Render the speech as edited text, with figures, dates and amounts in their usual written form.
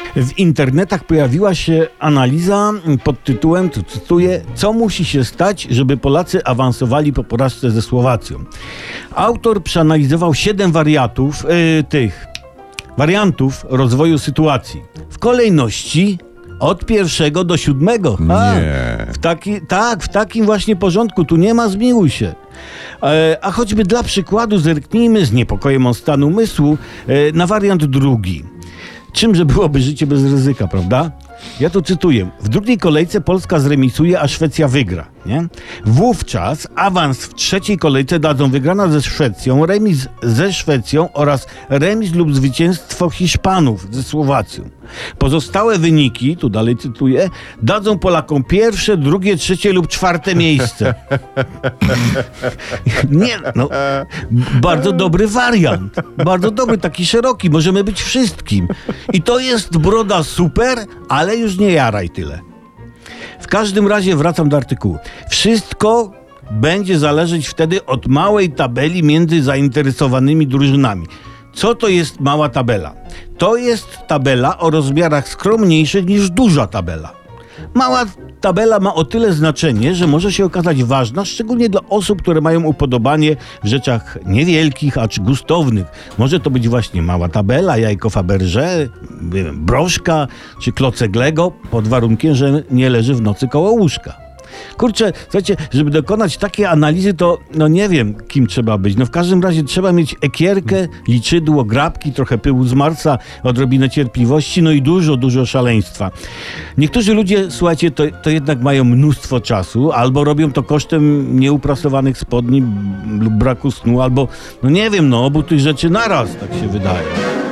W internetach pojawiła się analiza pod tytułem, tu cytuję, co musi się stać, żeby Polacy awansowali po porażce ze Słowacją. Autor przeanalizował 7 wariantów rozwoju sytuacji. W kolejności od 1 do 7. Nie. W takim właśnie porządku. Tu nie ma zmiłuj się. A choćby dla przykładu zerknijmy z niepokojem o stan umysłu na wariant drugi. Czymże byłoby życie bez ryzyka, prawda? Ja tu cytuję. W drugiej kolejce Polska zremisuje, a Szwecja wygra. Nie? Wówczas awans w trzeciej kolejce dadzą wygrana ze Szwecją, remis ze Szwecją oraz remis lub zwycięstwo Hiszpanów ze Słowacją. Pozostałe wyniki, tu dalej cytuję, dadzą Polakom pierwsze, drugie, trzecie lub czwarte miejsce. Nie, no, bardzo dobry wariant. Bardzo dobry, taki szeroki. Możemy być wszystkim. I to jest, broda, super, ale już nie jaraj tyle. W każdym razie wracam do artykułu. Wszystko będzie zależeć wtedy od małej tabeli między zainteresowanymi drużynami. Co to jest mała tabela? To jest tabela o rozmiarach skromniejszych niż duża tabela. Mała tabela ma o tyle znaczenie, że może się okazać ważna, szczególnie dla osób, które mają upodobanie w rzeczach niewielkich, acz gustownych. Może to być właśnie mała tabela, jajko Fabergé, broszka czy klocek Lego, pod warunkiem, że nie leży w nocy koło łóżka. Kurczę, słuchajcie, żeby dokonać takiej analizy, to no nie wiem, kim trzeba być. No w każdym razie trzeba mieć ekierkę, liczydło, grabki, trochę pyłu z Marsa, odrobinę cierpliwości, no i dużo szaleństwa. Niektórzy ludzie, słuchajcie, to jednak mają mnóstwo czasu, albo robią to kosztem nieuprasowanych spodni lub braku snu, albo, no nie wiem, no obu tych rzeczy naraz, tak się wydaje.